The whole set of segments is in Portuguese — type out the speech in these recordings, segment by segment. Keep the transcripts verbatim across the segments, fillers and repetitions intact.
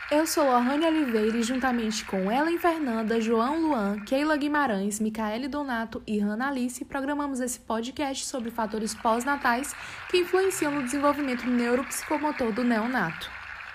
Eu sou Lohane Oliveira e juntamente com Ellen Fernanda, João Luan, Keila Guimarães, Micaele Donato e Hannah Alice, programamos esse podcast sobre fatores pós-natais que influenciam no desenvolvimento neuropsicomotor do neonato.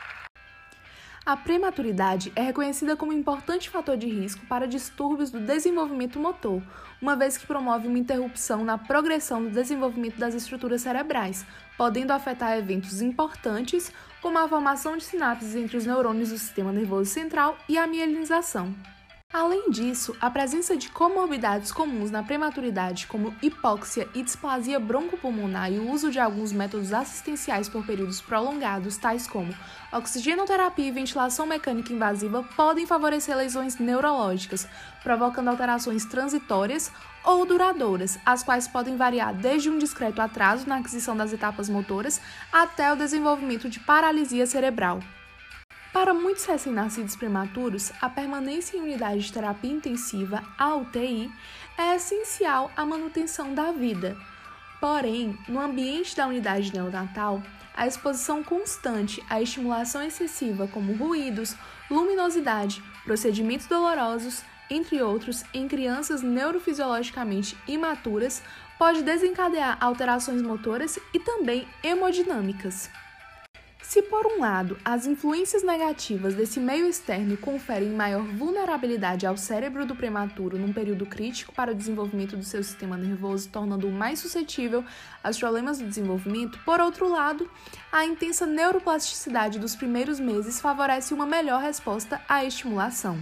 A prematuridade é reconhecida como um importante fator de risco para distúrbios do desenvolvimento motor, uma vez que promove uma interrupção na progressão do desenvolvimento das estruturas cerebrais, podendo afetar eventos importantes, como a formação de sinapses entre os neurônios do sistema nervoso central e a mielinização. Além disso, a presença de comorbidades comuns na prematuridade, como hipóxia e displasia broncopulmonar e o uso de alguns métodos assistenciais por períodos prolongados, tais como oxigenoterapia e ventilação mecânica invasiva, podem favorecer lesões neurológicas, provocando alterações transitórias ou duradouras, as quais podem variar desde um discreto atraso na aquisição das etapas motoras até o desenvolvimento de paralisia cerebral. Para muitos recém-nascidos prematuros, a permanência em unidade de terapia intensiva, a U T I, é essencial à manutenção da vida. Porém, no ambiente da unidade neonatal, a exposição constante à estimulação excessiva como ruídos, luminosidade, procedimentos dolorosos, entre outros, em crianças neurofisiologicamente imaturas, pode desencadear alterações motoras e também hemodinâmicas. Se, por um lado, as influências negativas desse meio externo conferem maior vulnerabilidade ao cérebro do prematuro num período crítico para o desenvolvimento do seu sistema nervoso, tornando-o mais suscetível aos problemas do desenvolvimento, por outro lado, a intensa neuroplasticidade dos primeiros meses favorece uma melhor resposta à estimulação.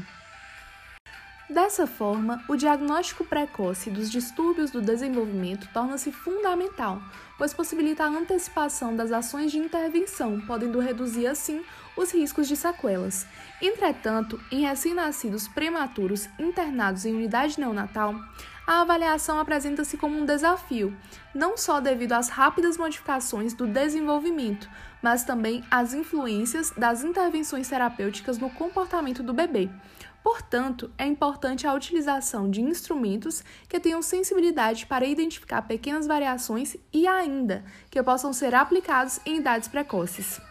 Dessa forma, o diagnóstico precoce dos distúrbios do desenvolvimento torna-se fundamental, pois possibilita a antecipação das ações de intervenção, podendo reduzir, assim, os riscos de sequelas. Entretanto, em recém-nascidos prematuros internados em unidade neonatal, a avaliação apresenta-se como um desafio, não só devido às rápidas modificações do desenvolvimento, mas também às influências das intervenções terapêuticas no comportamento do bebê. Portanto, é importante a utilização de instrumentos que tenham sensibilidade para identificar pequenas variações e ainda que possam ser aplicados em idades precoces.